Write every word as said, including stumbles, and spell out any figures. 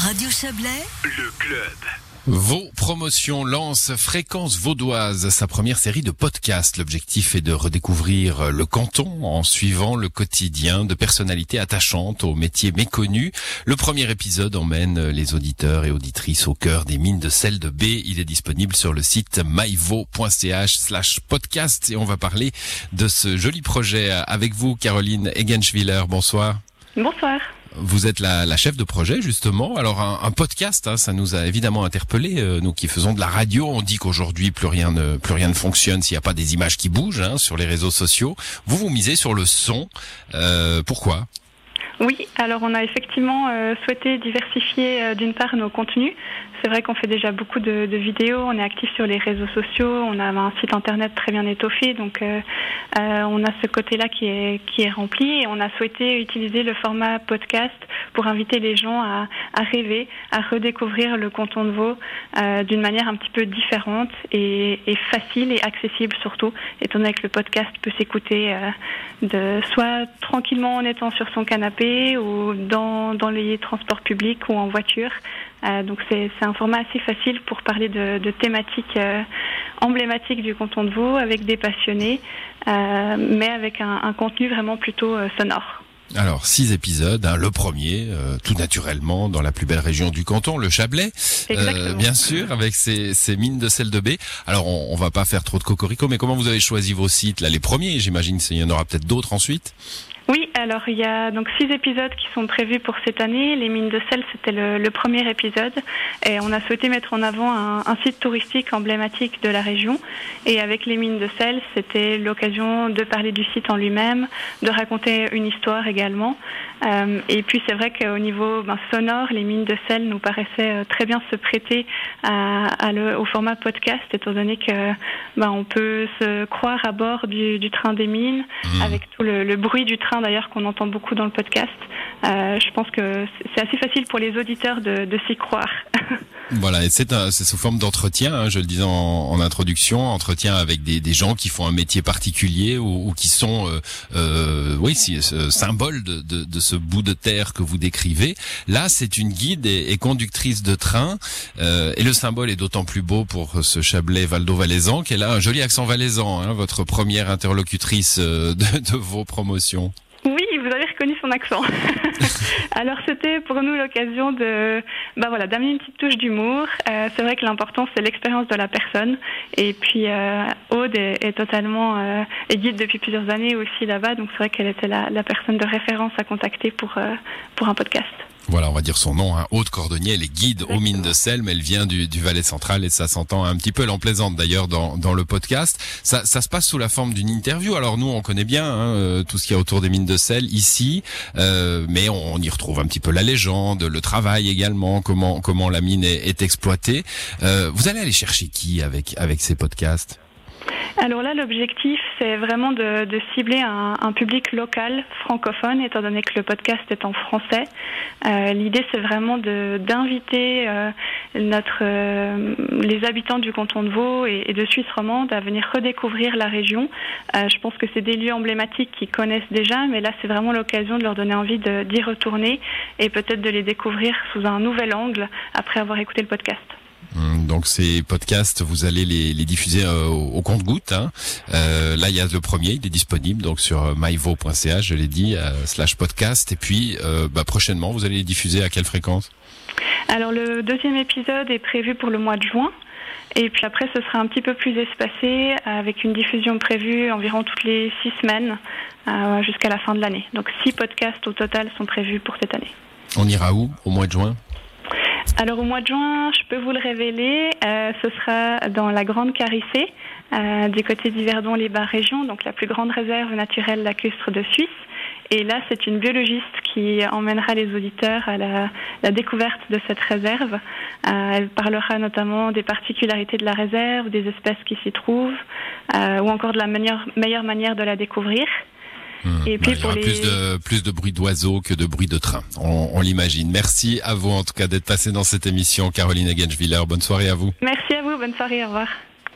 Radio Chablais, le club. Vos promotions lancent Fréquence Vaudoise, sa première série de podcasts. L'objectif est de redécouvrir le canton en suivant le quotidien de personnalités attachantes aux métiers méconnus. Le premier épisode emmène les auditeurs et auditrices au cœur des mines de sel de B. Il est disponible sur le site myvo.ch slash podcast et on va parler de ce joli projet avec vous, Caroline Eggenschwiller. Bonsoir. Bonsoir. Vous êtes la, la chef de projet, justement. Alors, un, un podcast, hein, ça nous a évidemment interpellés, euh, nous qui faisons de la radio. On dit qu'aujourd'hui, plus rien ne, plus rien ne fonctionne s'il n'y a pas des images qui bougent hein, sur les réseaux sociaux. Vous, vous misez sur le son. Euh, pourquoi ? Oui, alors on a effectivement euh, souhaité diversifier euh, d'une part nos contenus. C'est vrai qu'on fait déjà beaucoup de, de vidéos, on est actif sur les réseaux sociaux, on a un site internet très bien étoffé, donc euh, euh, on a ce côté-là qui est, qui est rempli et on a souhaité utiliser le format podcast pour inviter les gens à, à rêver, à redécouvrir le canton de Vaud euh, d'une manière un petit peu différente et, et facile et accessible surtout, étant donné que le podcast peut s'écouter euh, de, soit tranquillement en étant sur son canapé ou dans, dans les transports publics ou en voiture. Euh, donc c'est, c'est un format assez facile pour parler de, de thématiques euh, emblématiques du canton de Vaud avec des passionnés, euh, mais avec un, un contenu vraiment plutôt euh, sonore. Alors, six épisodes, hein, le premier, euh, tout naturellement, dans la plus belle région du canton, le Chablais, euh, bien sûr, avec ses, ses mines de sel de B. Alors, on, on va pas faire trop de cocorico, mais comment vous avez choisi vos sites, là, les premiers, j'imagine qu'il y en aura peut-être d'autres ensuite ? Oui, alors il y a donc six épisodes qui sont prévus pour cette année. Les mines de sel, c'était le, le premier épisode et on a souhaité mettre en avant un, un site touristique emblématique de la région. Et avec les mines de sel, c'était l'occasion de parler du site en lui-même, de raconter une histoire également. Euh, et puis c'est vrai qu'au niveau ben, sonore, les mines de sel nous paraissaient très bien se prêter à, à le, au format podcast, étant donné que ben, on peut se croire à bord du, du train des mines, mmh. avec tout le, le bruit du train d'ailleurs qu'on entend beaucoup dans le podcast. Euh, je pense que c'est assez facile pour les auditeurs de, de s'y croire. Voilà, et c'est, un, c'est sous forme d'entretien, hein, je le disais en, en introduction, entretien avec des, des gens qui font un métier particulier ou, ou qui sont, euh, euh, oui, si, euh, symboles de, de, de ce bout de terre que vous décrivez. Là, c'est une guide et, et conductrice de train, euh, et le symbole est d'autant plus beau pour ce Chablais Valdo-Valaisan qu'elle a un joli accent valaisan, hein, votre première interlocutrice de, de vos promotions. Oui, vous avez reconnu son accent. Alors c'était pour nous l'occasion de, bah voilà, d'amener une petite touche d'humour. Euh, c'est vrai que l'important c'est l'expérience de la personne. Et puis euh, Aude est, est totalement euh, est guide depuis plusieurs années aussi là-bas, donc c'est vrai qu'elle était la, la personne de référence à contacter pour euh, pour un podcast. Voilà, on va dire son nom, hein. Aude Cordonnier, elle est guide aux mines de sel, mais elle vient du, du Valais central et ça s'entend un petit peu, elle en plaisante d'ailleurs dans, dans le podcast. Ça, ça se passe sous la forme d'une interview. Alors nous, on connaît bien hein, euh, tout ce qu'il y a autour des mines de sel ici, euh, mais on, on y retrouve un petit peu la légende, le travail également, comment comment la mine est, est exploitée. Euh, vous allez aller chercher qui avec avec ces podcasts ? Alors là, l'objectif, c'est vraiment de, de cibler un, un public local, francophone, étant donné que le podcast est en français. Euh, l'idée, c'est vraiment de, d'inviter euh, notre, euh, les habitants du canton de Vaud et, et de Suisse romande à venir redécouvrir la région. Euh, je pense que c'est des lieux emblématiques qu'ils connaissent déjà, mais là, c'est vraiment l'occasion de leur donner envie de, d'y retourner et peut-être de les découvrir sous un nouvel angle après avoir écouté le podcast. Donc ces podcasts, vous allez les, les diffuser euh, au compte-gouttes. Hein. Euh, là, il y a le premier, il est disponible donc sur myvo.ch, je l'ai dit, euh, slash podcast. Et puis, euh, bah, prochainement, vous allez les diffuser à quelle fréquence ? Alors, le deuxième épisode est prévu pour le mois de juin. Et puis après, ce sera un petit peu plus espacé, avec une diffusion prévue environ toutes les six semaines euh, jusqu'à la fin de l'année. Donc, six podcasts au total sont prévus pour cette année. On ira où au mois de juin ? Alors au mois de juin, je peux vous le révéler, euh, ce sera dans la Grande Carissée, euh, du côté d'Yverdon-les-Bains région, donc la plus grande réserve naturelle lacustre de Suisse. Et là, c'est une biologiste qui emmènera les auditeurs à la, la découverte de cette réserve. Euh, elle parlera notamment des particularités de la réserve, des espèces qui s'y trouvent, euh, ou encore de la meilleure, meilleure manière de la découvrir. Mmh. Et puis bah, il y aura les... plus de plus de bruit d'oiseaux que de bruit de train. On, on l'imagine. Merci à vous en tout cas d'être passé dans cette émission, Caroline Eggenschwiller. Bonne soirée à vous. Merci à vous. Bonne soirée. Au revoir.